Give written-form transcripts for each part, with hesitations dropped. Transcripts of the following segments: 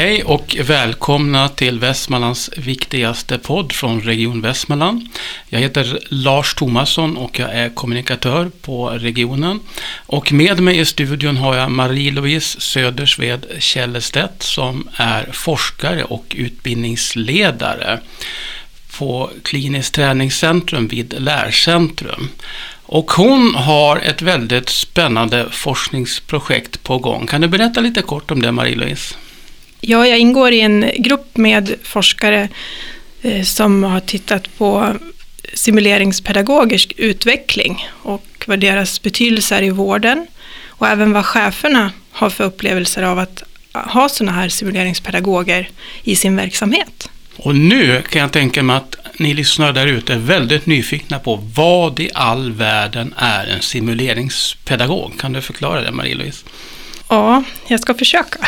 Hej och välkomna till Västmanlands viktigaste podd från Region Västmanland. Jag heter Lars Thomasson och jag är kommunikatör på regionen. Och med mig i studion har jag Marie-Louise Södersved Källestedt som är forskare och utbildningsledare på Kliniskt träningscentrum vid Lärcentrum. Och hon har ett väldigt spännande forskningsprojekt på gång. Kan du berätta lite kort om det, Marie-Louise? Ja, jag ingår i en grupp med forskare som har tittat på simuleringspedagogers utveckling och vad deras betydelse är i vården och även vad cheferna har för upplevelser av att ha sådana här simuleringspedagoger i sin verksamhet. Och nu kan jag tänka mig att ni lyssnare där ute är väldigt nyfikna på vad i all världen är en simuleringspedagog. Kan du förklara det, Marie-Louise? Ja, jag ska försöka.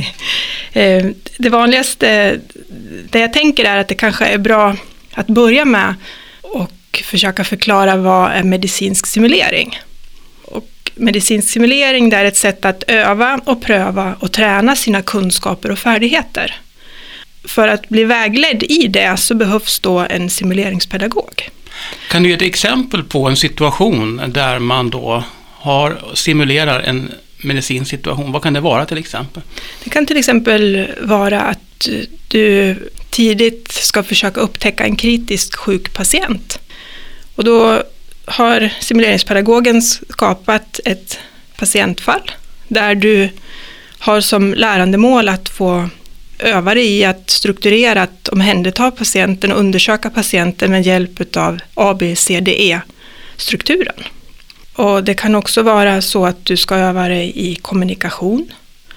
Det vanligaste, det jag tänker är att det kanske är bra att börja med och försöka förklara vad är medicinsk simulering. Och medicinsk simulering, det är ett sätt att öva och pröva och träna sina kunskaper och färdigheter. För att bli vägledd i det så behövs då en simuleringspedagog. Kan du ge ett exempel på en situation där man då simulerar en medicinsk situation? Vad kan det vara till exempel? Det kan till exempel vara att du tidigt ska försöka upptäcka en kritiskt sjuk patient. Och då har simuleringspedagogen skapat ett patientfall där du har som lärandemål att få öva dig i att strukturerat omhänderta patienten och undersöka patienten med hjälp av ABCDE-strukturen. Och det kan också vara så att du ska öva dig i kommunikation,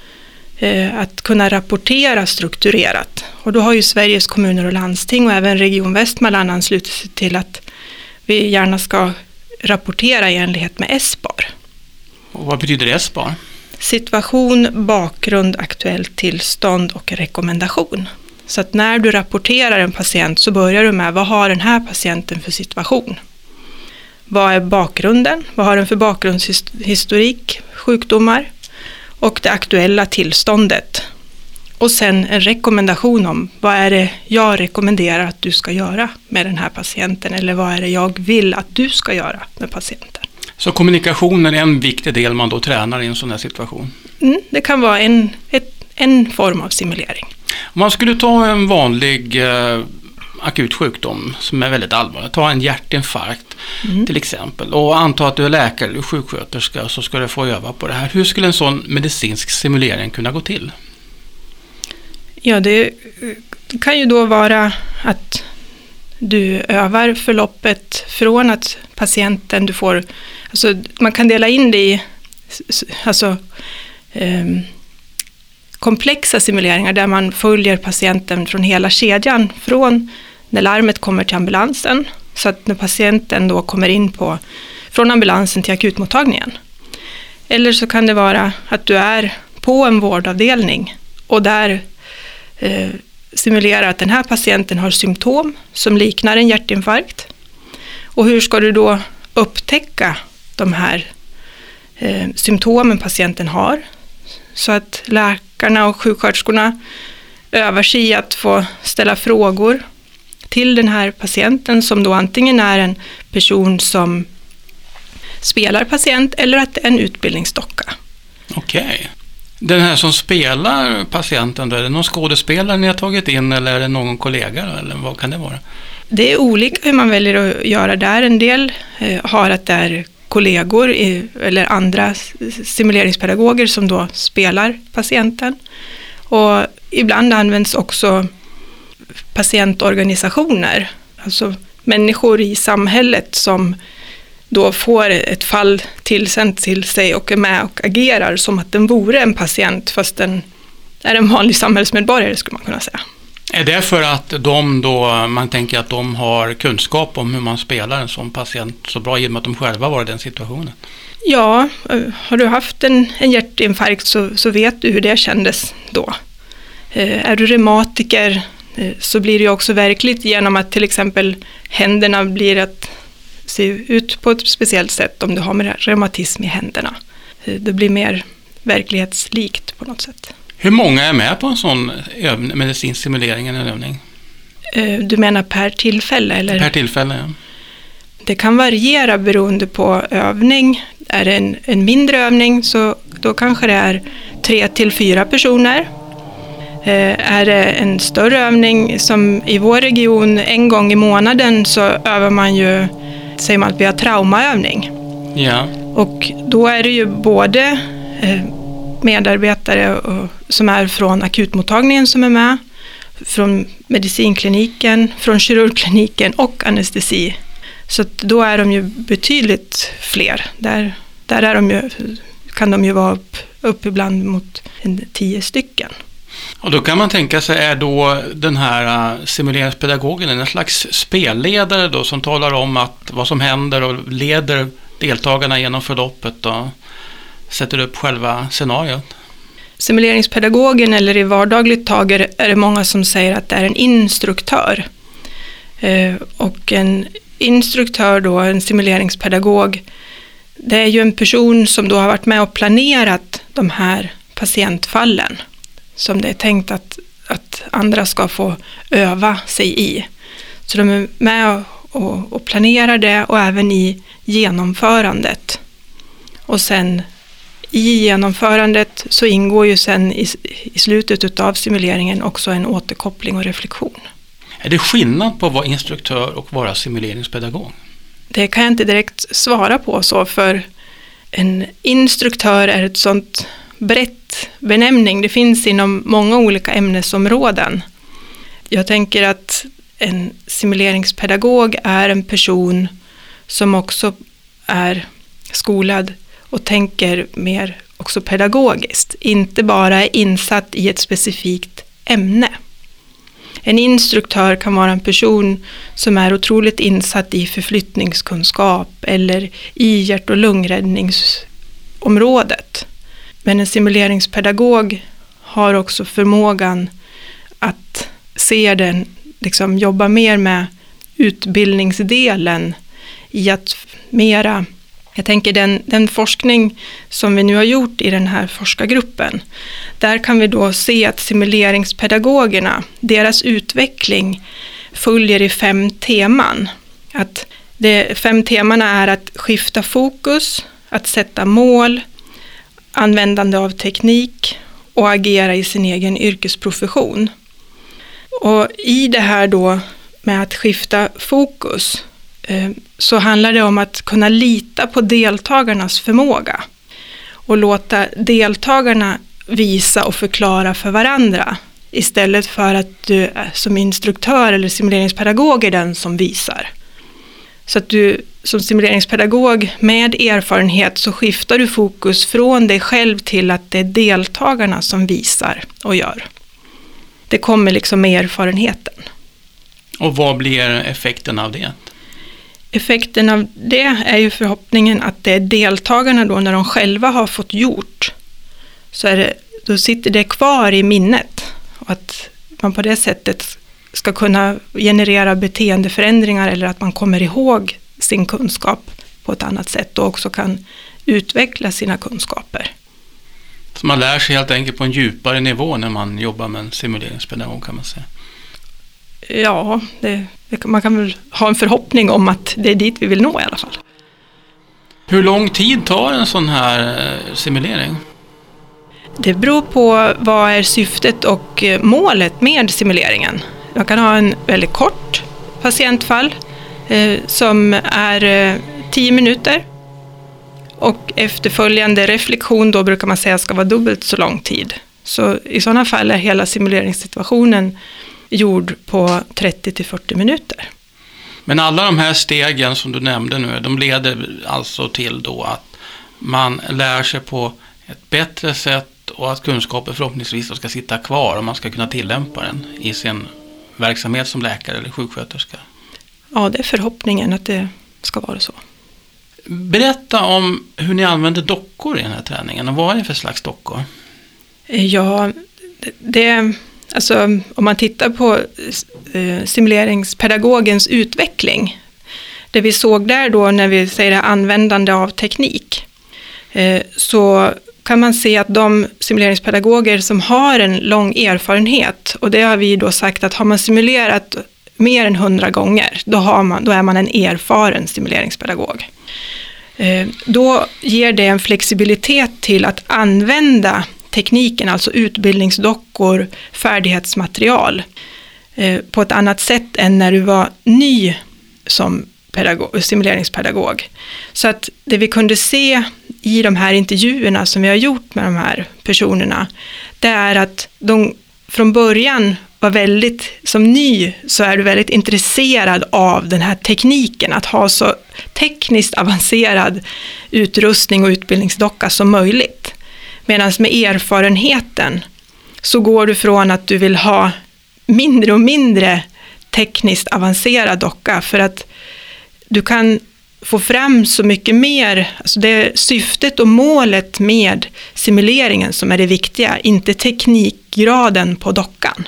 att kunna rapportera strukturerat. Och då har ju Sveriges kommuner och landsting och även Region Västmanland anslutit sig till att vi gärna ska rapportera i enlighet med SBAR. Och vad betyder SBAR? Situation, bakgrund, aktuellt tillstånd och rekommendation. Så att när du rapporterar en patient så börjar du med vad har den här patienten för situation? Vad är bakgrunden? Vad har den för bakgrundshistorik, sjukdomar och det aktuella tillståndet? Och sen en rekommendation om vad är det jag rekommenderar att du ska göra med den här patienten eller vad är det jag vill att du ska göra med patienten? Så kommunikationen är en viktig del man då tränar i en sån här situation? Det kan vara en form av simulering. Om man skulle ta en vanlig akut sjukdom som är väldigt allvarlig, ta en hjärtinfarkt till exempel och anta att du är läkare eller sjuksköterska så ska du få öva på det här. Hur skulle en sån medicinsk simulering kunna gå till? Ja, det kan ju då vara att du övar förloppet från att patienten du får, alltså man kan dela in det i komplexa simuleringar där man följer patienten från hela kedjan från när larmet kommer till ambulansen så att när patienten då kommer in från ambulansen till akutmottagningen. Eller så kan det vara att du är på en vårdavdelning och där simulerar att den här patienten har symptom som liknar en hjärtinfarkt. Och hur ska du då upptäcka de här symptomen patienten har så att läkarna och sjuksköterskorna övar sig i att få ställa frågor till den här patienten som då antingen är en person som spelar patient eller att det är en utbildningsdocka. Okej. Den här som spelar patienten då, är det någon skådespelare ni har tagit in eller är det någon kollega eller vad kan det vara? Det är olika hur man väljer att göra där. En del har att det är kollegor eller andra simuleringspedagoger som då spelar patienten. Och ibland används också patientorganisationer, alltså människor i samhället som då får ett fall tillsänt till sig och är med och agerar som att den vore en patient fast den är en vanlig samhällsmedborgare skulle man kunna säga. Är det för att man tänker att de har kunskap om hur man spelar en sån patient så bra genom att de själva var i den situationen? Ja, har du haft en hjärtinfarkt så vet du hur det kändes då. Är du reumatiker så blir det ju också verkligt genom att till exempel händerna blir att se ut på ett speciellt sätt om du har med reumatism i händerna. Det blir mer verklighetslikt på något sätt. Hur många är med på en sån medicinsk simulering eller övning? Du menar per tillfälle? Eller? Per tillfälle, ja. Det kan variera beroende på övning. Är det en mindre övning så då kanske det är 3 till 4 personer. Är det en större övning som i vår region en gång i månaden så övar man ju, säger man att vi har traumaövning. Ja. Och då är det ju både medarbetare som är från akutmottagningen som är med, från medicinkliniken, från kirurgkliniken och anestesi. Så att då är de ju betydligt fler. Där är de ju, kan de ju vara upp ibland mot 10 stycken. Och då kan man tänka sig, är då den här simuleringspedagogen en slags spelledare då som talar om vad som händer och leder deltagarna genom förloppet och sätter upp själva scenariot? Simuleringspedagogen, eller i vardagligt tag är det många som säger att det är en instruktör. Och en instruktör då, en simuleringspedagog, det är ju en person som då har varit med och planerat de här patientfallen som det är tänkt att andra ska få öva sig i. Så de är med och planerar det och även i genomförandet. Och sen i genomförandet så ingår ju sen i slutet av simuleringen också en återkoppling och reflektion. Är det skillnad på att vara instruktör och vara simuleringspedagog? Det kan jag inte direkt svara på så, för en instruktör är ett sånt brett benämning. Det finns inom många olika ämnesområden. Jag tänker att en simuleringspedagog är en person som också är skolad och tänker mer också pedagogiskt. Inte bara är insatt i ett specifikt ämne. En instruktör kan vara en person som är otroligt insatt i förflyttningskunskap eller i hjärt- och lungräddningsområdet. Men en simuleringspedagog har också förmågan att se den, liksom jobba mer med utbildningsdelen i att mera. Jag tänker den forskning som vi nu har gjort i den här forskargruppen, där kan vi då se att simuleringspedagogerna, deras utveckling följer i 5 teman. Att de 5 temana är att skifta fokus, att sätta mål, användande av teknik och agera i sin egen yrkesprofession. Och i det här då med att skifta fokus så handlar det om att kunna lita på deltagarnas förmåga och låta deltagarna visa och förklara för varandra istället för att du som instruktör eller simuleringspedagog är den som visar. Så att du som simuleringspedagog med erfarenhet så skiftar du fokus från dig själv till att det är deltagarna som visar och gör. Det kommer liksom med erfarenheten. Och vad blir effekten av det? Effekten av det är ju förhoppningen att det är deltagarna då när de själva har fått gjort, så då sitter det kvar i minnet och att man på det sättet ska kunna generera beteendeförändringar eller att man kommer ihåg sin kunskap på ett annat sätt och också kan utveckla sina kunskaper. Så man lär sig helt enkelt på en djupare nivå när man jobbar med en simuleringspedagog, kan man säga? Ja, man kan väl ha en förhoppning om att det är dit vi vill nå i alla fall. Hur lång tid tar en sån här simulering? Det beror på vad är syftet och målet med simuleringen. Man kan ha en väldigt kort patientfall som är 10 minuter. Och efterföljande reflektion då brukar man säga ska vara dubbelt så lång tid. Så i sådana fall är hela simuleringssituationen gjord på 30-40 minuter. Men alla de här stegen som du nämnde nu, de leder alltså till då att man lär sig på ett bättre sätt och att kunskaper förhoppningsvis ska sitta kvar och man ska kunna tillämpa den i sin verksamhet som läkare eller sjuksköterska. Ja, det är förhoppningen att det ska vara så. Berätta om hur ni använder dockor i den här träningen och vad är det för slags dockor? Ja, alltså, om man tittar på simuleringspedagogens utveckling, det vi såg där då när vi säger användande av teknik, så kan man se att de simuleringspedagoger som har en lång erfarenhet, och det har vi då sagt att har man simulerat mer än 100 gånger, då är man en erfaren simuleringspedagog. Då ger det en flexibilitet till att använda tekniken, alltså utbildningsdockor, färdighetsmaterial, på ett annat sätt än när du var ny som simuleringspedagog. Så att det vi kunde se i de här intervjuerna som vi har gjort med de här personerna, det är att de från början var väldigt, som ny så är du väldigt intresserad av den här tekniken, att ha så tekniskt avancerad utrustning och utbildningsdocka som möjligt. Medan med erfarenheten så går du från att du vill ha mindre och mindre tekniskt avancerad docka, för att du kan få fram så mycket mer, alltså det är syftet och målet med simuleringen som är det viktiga, inte teknikgraden på dockan.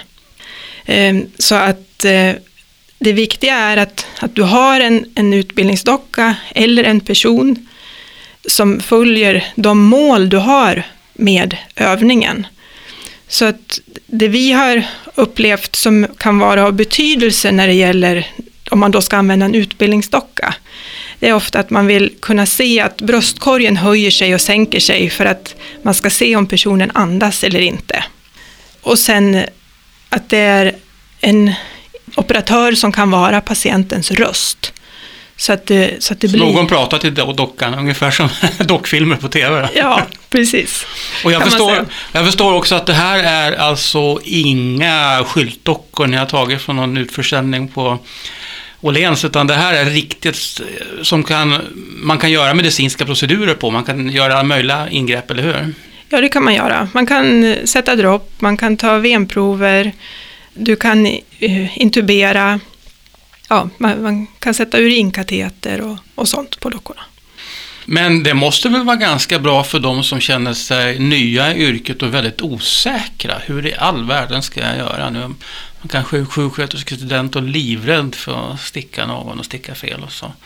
Så att det viktiga är att du har en utbildningsdocka eller en person som följer de mål du har med övningen. Så att det vi har upplevt som kan vara av betydelse när det gäller om man då ska använda en utbildningsdocka, det är ofta att man vill kunna se att bröstkorgen höjer sig och sänker sig för att man ska se om personen andas eller inte. Och sen att det är en operatör som kan vara patientens röst. Så att det blir... Någon pratar till dockan, ungefär som dockfilmer på tv. Ja, precis. Och jag förstår också att det här är alltså inga skyltdockor ni har tagit från någon utförsäljning på Åhléns, utan det här är riktigt som man kan göra medicinska procedurer på. Man kan göra möjliga ingrepp, eller hur? Ja, det kan man göra. Man kan sätta dropp, man kan ta venprover, du kan intubera, ja, man kan sätta urinkateter och sånt på dockorna. Men det måste väl vara ganska bra för de som känner sig nya i yrket och väldigt osäkra. Hur i all världen ska jag göra nu? Man kanske är sjuksköterskestudent och livrädd för att sticka någon och sticka fel och så.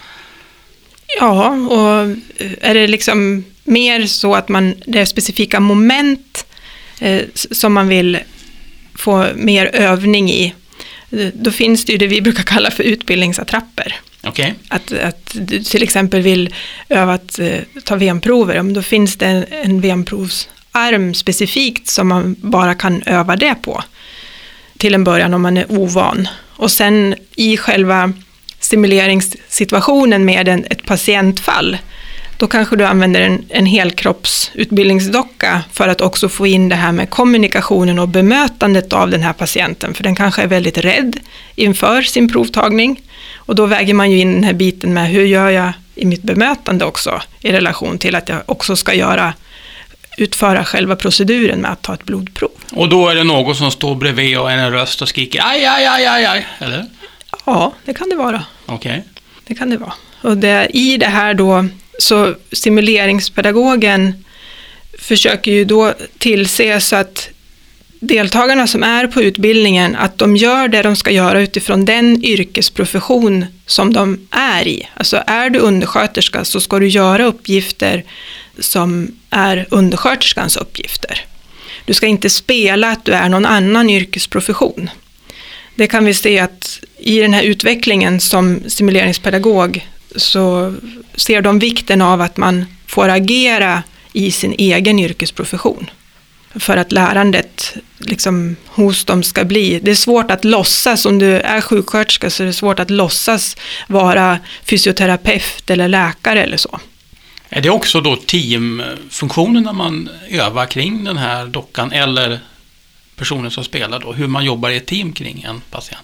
Ja, och är det liksom mer så att det är specifika moment som man vill få mer övning i, då finns det ju det vi brukar kalla för utbildningsattrapper. Okay. Att du till exempel vill öva att ta venprover, då finns det en venprovsarm specifikt som man bara kan öva det på till en början om man är ovan. Och sen i själva simuleringssituationen med ett patientfall, då kanske du använder en helkroppsutbildningsdocka för att också få in det här med kommunikationen och bemötandet av den här patienten. För den kanske är väldigt rädd inför sin provtagning. Och då väger man ju in den här biten med hur gör jag i mitt bemötande också i relation till att jag också ska utföra själva proceduren med att ta ett blodprov. Och då är det någon som står bredvid och en röst och skriker aj, aj, aj, aj, aj, eller? Ja, det kan det vara. Okej. Okay. Det kan det vara. Och i det här då, så simuleringspedagogen försöker ju då tillse så att deltagarna som är på utbildningen, att de gör det de ska göra utifrån den yrkesprofession som de är i. Alltså är du undersköterska så ska du göra uppgifter som är undersköterskans uppgifter. Du ska inte spela att du är någon annan yrkesprofession. Det kan vi se att i den här utvecklingen som simuleringspedagog så ser de vikten av att man får agera i sin egen yrkesprofession. För att lärandet liksom hos dem ska bli. Det är svårt att låtsas, om du är sjuksköterska så är det svårt att låtsas vara fysioterapeut eller läkare eller så. Är det också då teamfunktionen när man övar kring den här dockan eller personen som spelar då? Hur man jobbar i ett team kring en patient?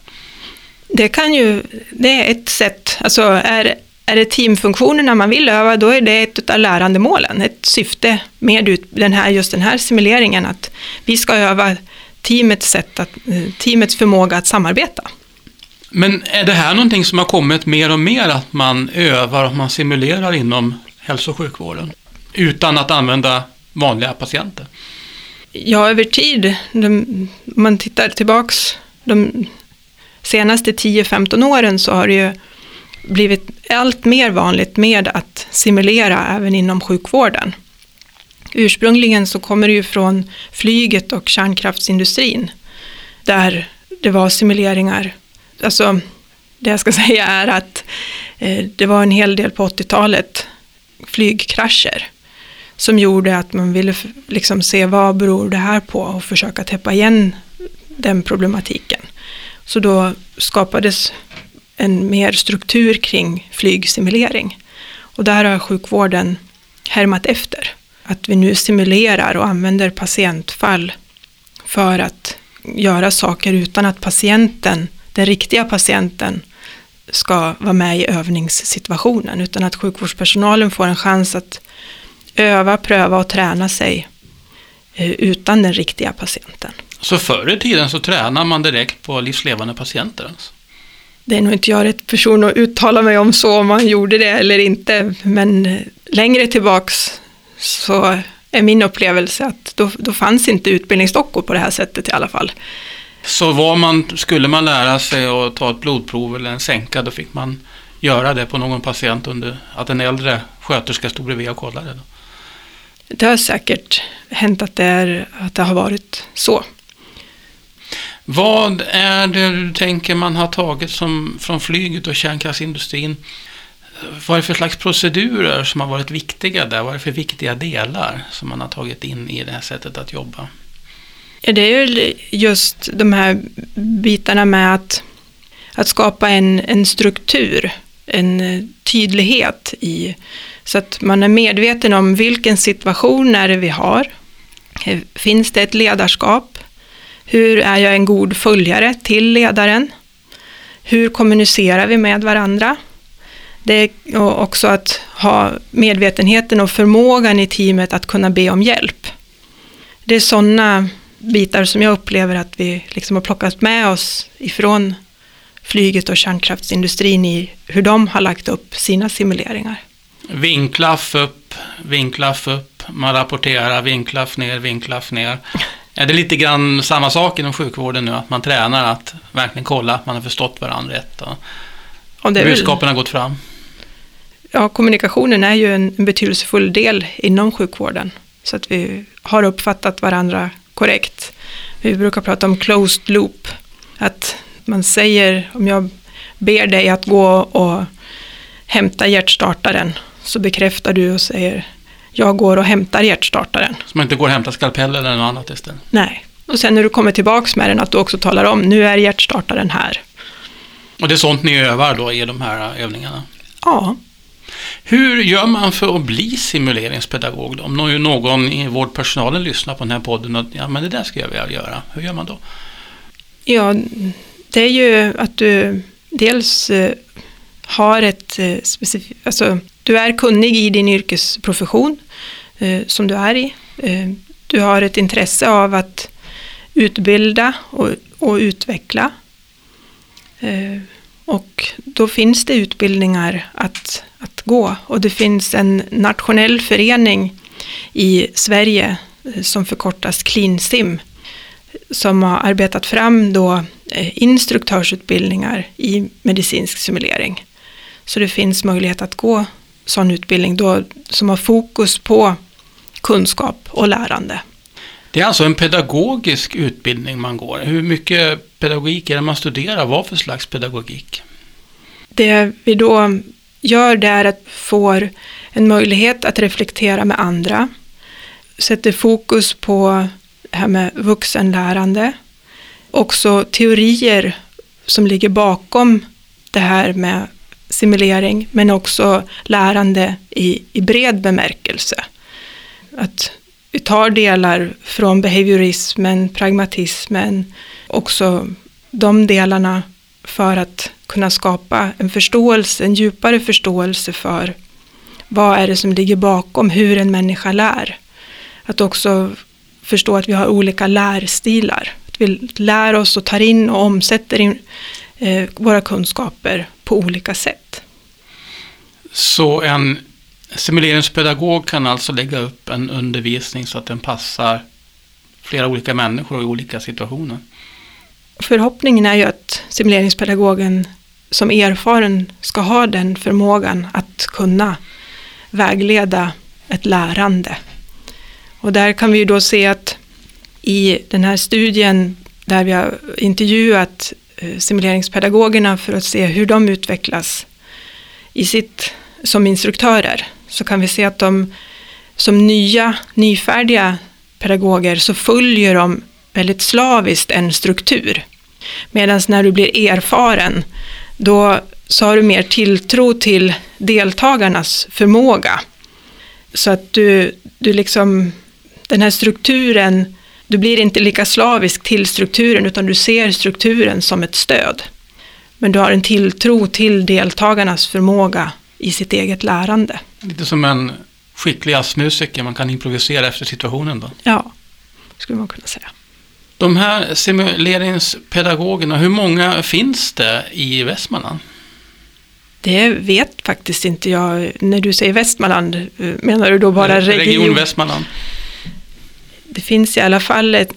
Det är ett sätt. Alltså är det teamfunktionen när man vill öva, då är det ett av lärandemålen. Ett syfte med den här simuleringen, att vi ska öva teamets förmåga att samarbeta. Men är det här någonting som har kommit mer och mer, att man övar och man simulerar inom hälso- och sjukvården utan att använda vanliga patienter? Ja, över tid, om man tittar tillbaks de senaste 10-15 åren så har det ju blivit allt mer vanligt med att simulera även inom sjukvården. Ursprungligen så kommer det ju från flyget och kärnkraftsindustrin där det var simuleringar. Alltså det jag ska säga är att det var en hel del på 80-talet flygkrascher som gjorde att man ville liksom se vad beror det här på och försöka täppa igen den problematiken. Så då skapades en mer struktur kring flygsimulering. Och där har sjukvården härmat efter. Att vi nu simulerar och använder patientfall för att göra saker utan att patienten, den riktiga patienten, ska vara med i övningssituationen. Utan att sjukvårdspersonalen får en chans att öva, pröva och träna sig utan den riktiga patienten. Så förr i tiden så tränar man direkt på livslevande patienter alltså? Det är nog inte jag rätt person att uttala mig om så om man gjorde det eller inte. Men längre tillbaks så är min upplevelse att då fanns inte utbildningsdockor på det här sättet i alla fall. Så skulle man lära sig att ta ett blodprov eller en sänka, då fick man göra det på någon patient under att en äldre sköterska stod bredvid och kollade då? Det har säkert hänt att det har varit så. Vad är det du tänker man har tagit från flyget och kärnkraftsindustrin? Vad är det för slags procedurer som har varit viktiga där? Vad är det för viktiga delar som man har tagit in i det här sättet att jobba? Det är ju just de här bitarna med att skapa en struktur, en tydlighet i, så att man är medveten om vilken situation är det vi har. Finns det ett ledarskap? Hur är jag en god följare till ledaren? Hur kommunicerar vi med varandra? Det är också att ha medvetenheten och förmågan i teamet att kunna be om hjälp. Det är sådana bitar som jag upplever att vi liksom har plockat med oss ifrån flyget och kärnkraftsindustrin i hur de har lagt upp sina simuleringar. Vinklaff upp, man rapporterar, vinklaff ner. Är det lite grann samma sak inom sjukvården nu, att man tränar att verkligen kolla att man har förstått varandra rätt och budskapen har gått fram? Ja, kommunikationen är ju en betydelsefull del inom sjukvården, så att vi har uppfattat varandra korrekt. Vi brukar prata om closed loop, att man säger, om jag ber dig att gå och hämta hjärtstartaren, så bekräftar du och säger, jag går och hämtar hjärtstartaren. Så man inte går och hämtar skalpell eller något annat istället? Nej, och sen när du kommer tillbaks med den, att du också talar om, nu är hjärtstartaren här. Och det är sånt ni övar då i de här övningarna? Ja. Hur gör man för att bli simuleringspedagog då? Om någon i vårdpersonalen lyssnar på den här podden och ja, men det där ska jag vilja göra. Hur gör man då? Ja, det är ju att du dels har ett specifikt, alltså du är kunnig i din yrkesprofession som du är i. Du har ett intresse av att utbilda och utveckla. Och då finns det utbildningar att gå. Och det finns en nationell förening i Sverige som förkortas CleanSim, som har arbetat fram då instruktörsutbildningar i medicinsk simulering. Så det finns möjlighet att gå sån utbildning då, som har fokus på kunskap och lärande. Det är alltså en pedagogisk utbildning man går. Hur mycket pedagogik är det man studerar? Vad för slags pedagogik? Det vi då gör det är att få en möjlighet att reflektera med andra. Sätter fokus på det här med vuxenlärande. Också teorier som ligger bakom det här med simulering, men också lärande i bred bemärkelse. Att vi tar delar från behaviorismen, pragmatismen, också de delarna för att kunna skapa en förståelse, en djupare förståelse för vad är det som ligger bakom hur en människa lär. Att också förstå att vi har olika lärstilar. Att vi lär oss och tar in och omsätter in våra kunskaper på olika sätt. Så en simuleringspedagog kan alltså lägga upp en undervisning så att den passar flera olika människor i olika situationer? Förhoppningen är ju att simuleringspedagogen som erfaren ska ha den förmågan att kunna vägleda ett lärande. Och där kan vi ju då se att i den här studien där vi har intervjuat simuleringspedagogerna för att se hur de utvecklas som instruktörer, så kan vi se att de som nyfärdiga pedagoger så följer de väldigt slaviskt en struktur. Medan när du blir erfaren, då så har du mer tilltro till deltagarnas förmåga. Så att du liksom, den här strukturen, du blir inte lika slavisk till strukturen, utan du ser strukturen som ett stöd. Men du har en tilltro till deltagarnas förmåga i sitt eget lärande. Lite som en skicklig jazzmusiker, man kan improvisera efter situationen då. Ja, skulle man kunna säga. De här simuleringspedagogerna, hur många finns det i Västmanland? Det vet faktiskt inte jag. När du säger Västmanland, menar du då bara Region Västmanland? Det finns i alla fall ett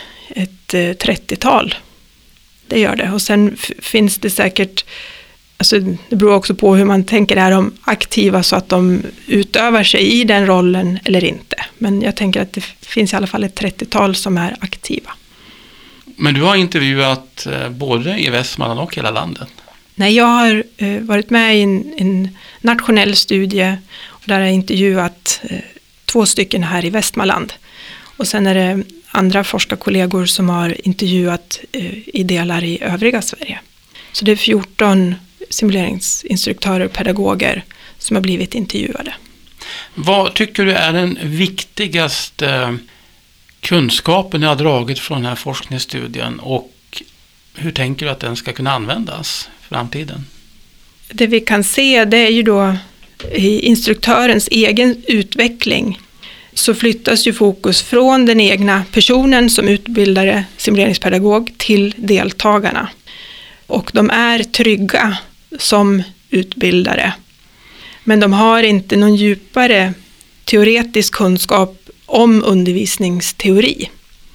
30-tal. Det gör det. Och sen finns det säkert, alltså det beror också på hur man tänker, är de aktiva så att de utövar sig i den rollen eller inte. Men jag tänker att det finns i alla fall ett 30-tal som är aktiva. Men du har intervjuat både i Västmanland och hela landet? Nej, jag har varit med i en nationell studie och där har jag intervjuat 2 stycken här i Västmanland. Och sen är det andra forskarkollegor som har intervjuat i delar i övriga Sverige. Så det är 14 simuleringsinstruktörer och pedagoger som har blivit intervjuade. Vad tycker du är den viktigaste kunskapen ni har dragit från den här forskningsstudien, och hur tänker du att den ska kunna användas i framtiden? Det vi kan se, det är ju då i instruktörens egen utveckling, så flyttas ju fokus från den egna personen som utbildare, simuleringspedagog, till deltagarna. Och de är trygga som utbildare. Men de har inte någon djupare teoretisk kunskap om undervisningsteori.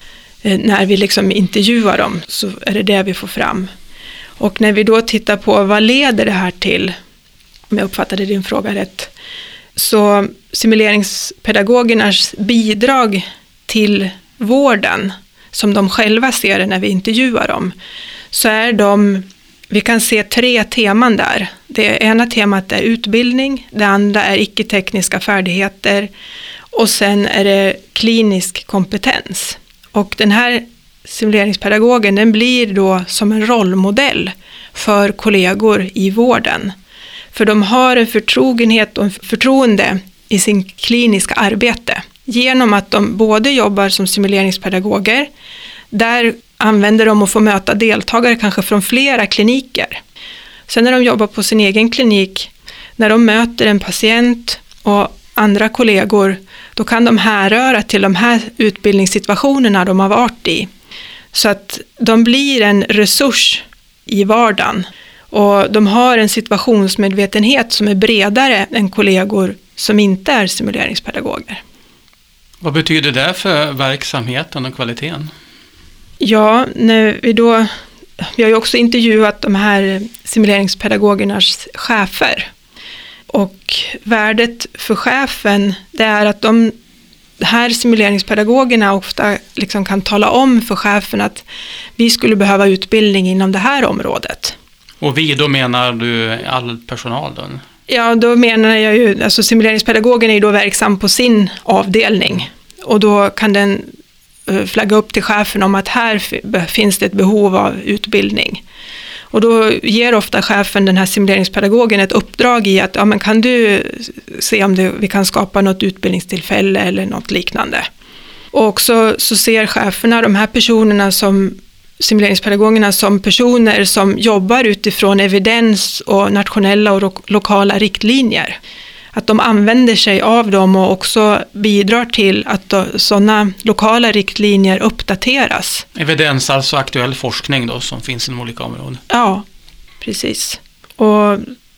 När vi liksom intervjuar dem så är det vi får fram. Och när vi då tittar på vad leder det här till, om jag uppfattade din fråga rätt, så simuleringspedagogernas bidrag till vården, som de själva ser det när vi intervjuar dem, så är vi kan se 3 teman där. Det ena temat är utbildning, det andra är icke-tekniska färdigheter och sen är det klinisk kompetens. Och den här simuleringspedagogen, den blir då som en rollmodell för kollegor i vården. För de har en förtrogenhet och en förtroende i sin kliniska arbete. Genom att de både jobbar som simuleringspedagoger, där använder de att få möta deltagare kanske från flera kliniker. Sen när de jobbar på sin egen klinik, när de möter en patient och andra kollegor, då kan de härröra till de här utbildningssituationerna de har varit i. Så att de blir en resurs i vardagen. Och de har en situationsmedvetenhet som är bredare än kollegor som inte är simuleringspedagoger. Vad betyder det för verksamheten och kvaliteten? Ja, vi har ju också intervjuat de här simuleringspedagogernas chefer. Och värdet för chefen, det är att de här simuleringspedagogerna ofta liksom kan tala om för chefen att vi skulle behöva utbildning inom det här området. Och vi, då menar du all personal då? Ja, då menar jag ju, alltså simuleringspedagogen är ju då verksam på sin avdelning. Och då kan den flagga upp till chefen om att här finns det ett behov av utbildning. Och då ger ofta chefen den här simuleringspedagogen ett uppdrag i att men kan du se om vi kan skapa något utbildningstillfälle eller något liknande. Och också så ser cheferna de här personerna som simuleringspedagogerna som personer som jobbar utifrån evidens och nationella och lokala riktlinjer. Att de använder sig av dem och också bidrar till att sådana lokala riktlinjer uppdateras. Evidens, alltså aktuell forskning då, som finns inom olika områden. Ja, precis. Och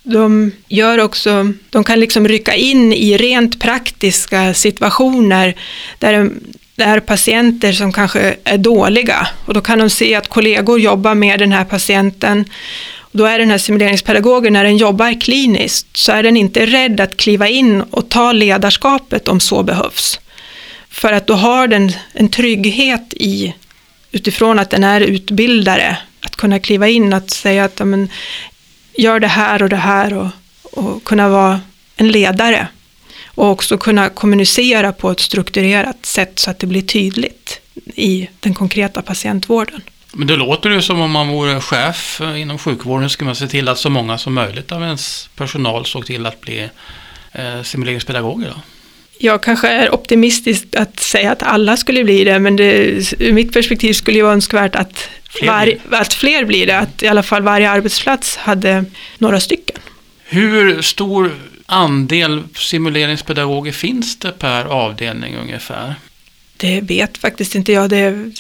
de kan liksom rycka in i rent praktiska situationer där det är patienter som kanske är dåliga. Och då kan de se att kollegor jobbar med den här patienten. Då är den här simuleringspedagogen, när den jobbar kliniskt, så är den inte rädd att kliva in och ta ledarskapet om så behövs. För att då har den en trygghet utifrån att den är utbildare. Att kunna kliva in och säga att gör det här och kunna vara en ledare. Och också kunna kommunicera på ett strukturerat sätt så att det blir tydligt i den konkreta patientvården. Men det låter ju som om man vore chef inom sjukvården, ska man se till att så många som möjligt av ens personal såg till att bli simuleringspedagoger då? Jag kanske är optimistisk att säga att alla skulle bli det, men ur mitt perspektiv skulle det vara önskvärt att fler blir det, att i alla fall varje arbetsplats hade några stycken. Hur stor andel simuleringspedagoger finns det per avdelning ungefär? Det vet faktiskt inte jag.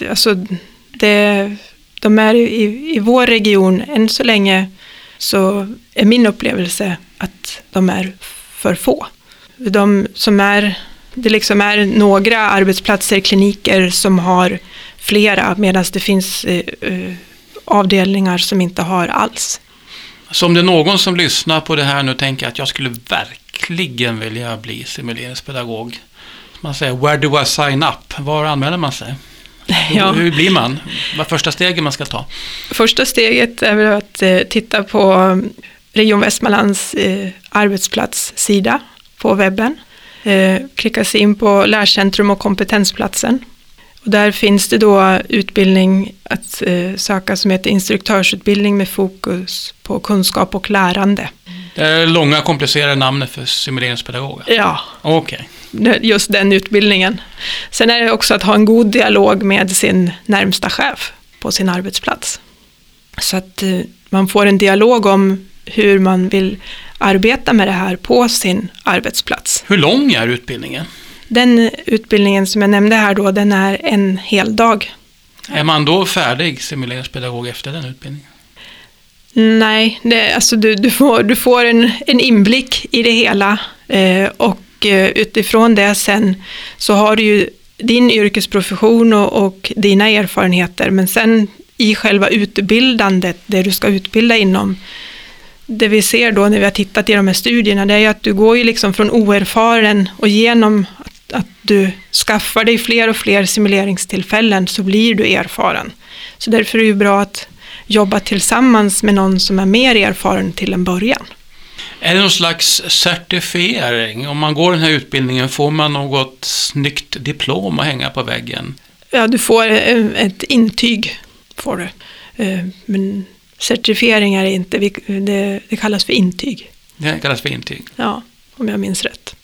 De är i vår region än så länge, så är min upplevelse att de är för få. Det liksom är några arbetsplatser, kliniker som har flera, medan det finns avdelningar som inte har alls. Så om det är någon som lyssnar på det här nu tänker att jag skulle verkligen vilja bli simuleringspedagog. Man säger, where do I sign up? Var anmäler man sig? Ja. Hur blir man? Vad är första steget man ska ta? Första steget är väl att titta på Region Västmanlands arbetsplatssida på webben. Klicka sig in på lärcentrum och kompetensplatsen. Och där finns det då utbildning att söka som heter instruktörsutbildning med fokus på kunskap och lärande. Det är långa komplicerade namn för simuleringspedagoger? Ja. Okej. Just den utbildningen. Sen är det också att ha en god dialog med sin närmsta chef på sin arbetsplats. Så att man får en dialog om hur man vill arbeta med det här på sin arbetsplats. Hur lång är utbildningen? Den utbildningen som jag nämnde här då, den är en hel dag. Är man då färdig simuleringspedagog efter den utbildningen? Nej, du får en inblick i det hela och utifrån det sen så har du ju din yrkesprofession och dina erfarenheter, men sen i själva utbildandet, det du ska utbilda inom, det vi ser då när vi har tittat i de här studierna, det är ju att du går ju liksom från oerfaren och genom att du skaffar dig fler och fler simuleringstillfällen så blir du erfaren. Så därför är det ju bra att jobba tillsammans med någon som är mer erfaren till en början. Är det någon slags certifiering? Om man går den här utbildningen, får man något snyggt diplom att hänga på väggen? Ja, du får ett intyg. Får du. Men certifiering är inte, det kallas för intyg. Det kallas för intyg? Ja, om jag minns rätt.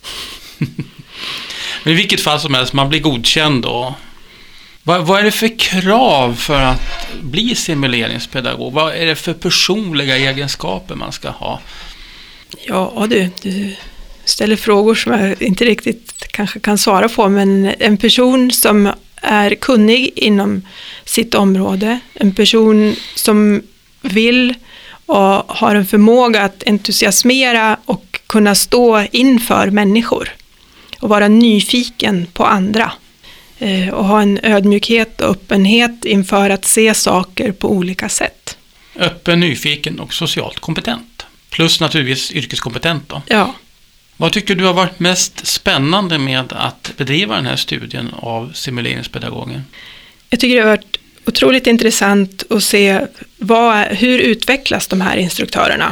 Men i vilket fall som helst, man blir godkänd då. Vad är det för krav för att bli simuleringspedagog? Vad är det för personliga egenskaper man ska ha? Ja, du ställer frågor som jag inte riktigt kanske kan svara på, men en person som är kunnig inom sitt område, en person som vill och har en förmåga att entusiasmera och kunna stå inför människor och vara nyfiken på andra och ha en ödmjukhet och öppenhet inför att se saker på olika sätt. Öppen, nyfiken och socialt kompetent. Plus naturligtvis yrkeskompetent då. Ja. Vad tycker du har varit mest spännande med att bedriva den här studien av simuleringspedagogen? Jag tycker det har varit otroligt intressant att se hur utvecklas de här instruktörerna.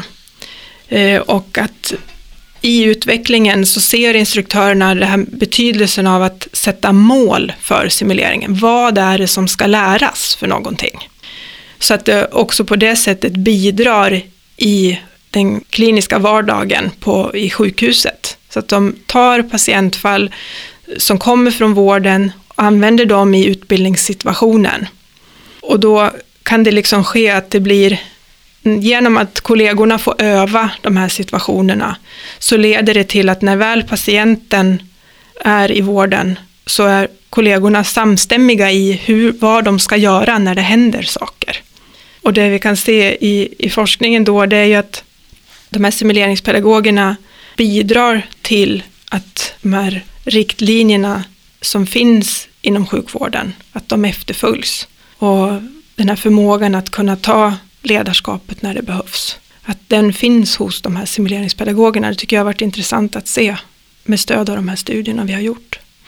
Och att i utvecklingen så ser instruktörerna det här betydelsen av att sätta mål för simuleringen. Vad är det som ska läras för någonting? Så att det också på det sättet bidrar i den kliniska vardagen i sjukhuset. Så att de tar patientfall som kommer från vården och använder dem i utbildningssituationen. Och då kan det liksom ske att det blir, genom att kollegorna får öva de här situationerna, så leder det till att när väl patienten är i vården så är kollegorna samstämmiga i vad de ska göra när det händer saker. Och det vi kan se i forskningen då, det är ju att de här simuleringspedagogerna bidrar till att de här riktlinjerna som finns inom sjukvården, att de efterföljs. Och den här förmågan att kunna ta ledarskapet när det behövs, att den finns hos de här simuleringspedagogerna. Det tycker jag har varit intressant att se med stöd av de här studierna vi har gjort.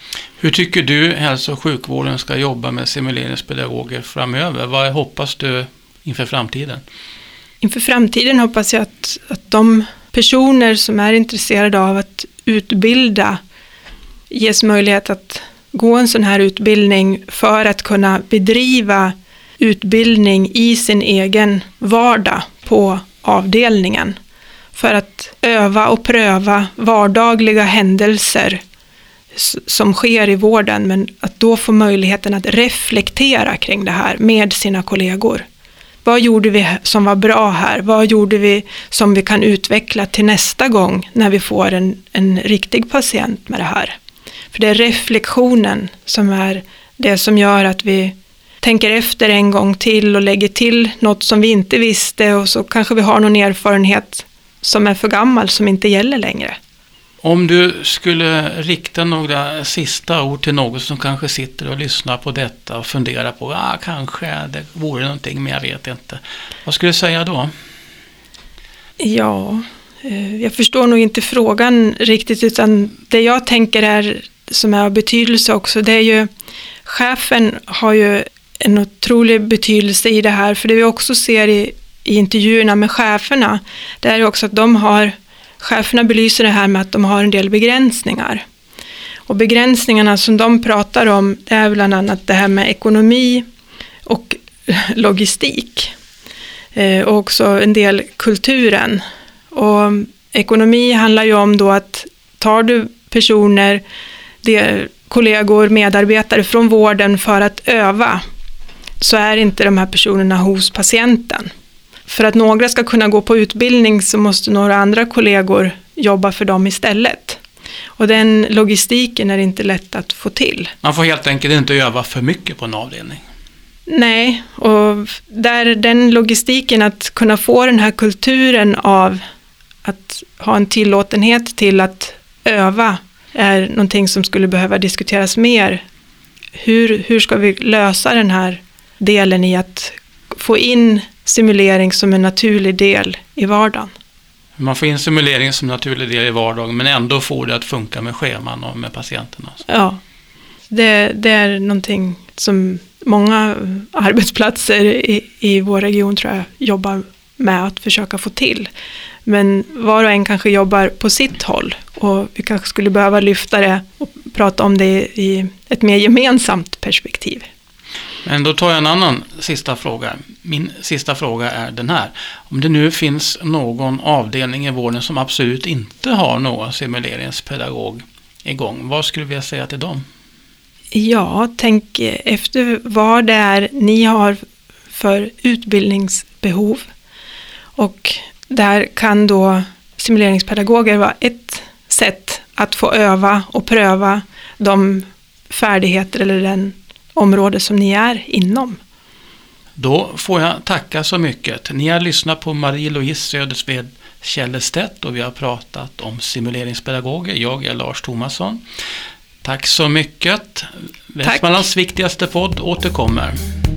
Hur tycker du hälso- och sjukvården ska jobba med simuleringspedagoger framöver? Vad hoppas du inför framtiden? Inför framtiden hoppas jag att de personer som är intresserade av att utbilda ges möjlighet att gå en sån här utbildning för att kunna bedriva utbildning i sin egen vardag på avdelningen. För att öva och pröva vardagliga händelser som sker i vården, men att då få möjligheten att reflektera kring det här med sina kollegor. Vad gjorde vi som var bra här? Vad gjorde vi som vi kan utveckla till nästa gång när vi får en riktig patient med det här? För det är reflektionen som är det som gör att vi tänker efter en gång till och lägger till något som vi inte visste, och så kanske vi har någon erfarenhet som är för gammal som inte gäller längre. Om du skulle rikta några sista ord till någon som kanske sitter och lyssnar på detta och funderar på kanske det vore någonting, men jag vet inte. Vad skulle du säga då? Ja, jag förstår nog inte frågan riktigt, utan det jag tänker är, som är av betydelse också, det är ju chefen har ju en otrolig betydelse i det här, för det vi också ser i intervjuerna med cheferna, det är ju också att cheferna belyser det här med att de har en del begränsningar. Och begränsningarna som de pratar om, det är bland annat det här med ekonomi och logistik. Och också en del kulturen. Och ekonomi handlar ju om då att tar du personer, kollegor, medarbetare från vården för att öva, så är inte de här personerna hos patienten. För att några ska kunna gå på utbildning så måste några andra kollegor jobba för dem istället. Och den logistiken är inte lätt att få till. Man får helt enkelt inte öva för mycket på en avdelning. Nej, och den logistiken, att kunna få den här kulturen av att ha en tillåtenhet till att öva, är någonting som skulle behöva diskuteras mer. Hur ska vi lösa den här delen i att få in simulering som en naturlig del i vardagen? Man får in simulering som en naturlig del i vardagen, men ändå får det att funka med scheman och med patienterna. Ja, det är någonting som många arbetsplatser i vår region tror jag jobbar med att försöka få till. Men var och en kanske jobbar på sitt håll, och vi kanske skulle behöva lyfta det och prata om det i ett mer gemensamt perspektiv. Men då tar jag en annan sista fråga. Min sista fråga är den här. Om det nu finns någon avdelning i vården som absolut inte har någon simuleringspedagog igång, vad skulle vi säga till dem? Ja, tänk efter vad det är ni har för utbildningsbehov. Och där kan då simuleringspedagoger vara ett sätt att få öva och pröva de färdigheter eller den område som ni är inom. Då får jag tacka så mycket. Ni har lyssnat på Marie-Louise Södersved Källestedt och vi har pratat om simuleringspedagoger. Jag är Lars Thomasson. Tack så mycket. Västmanlands viktigaste podd återkommer.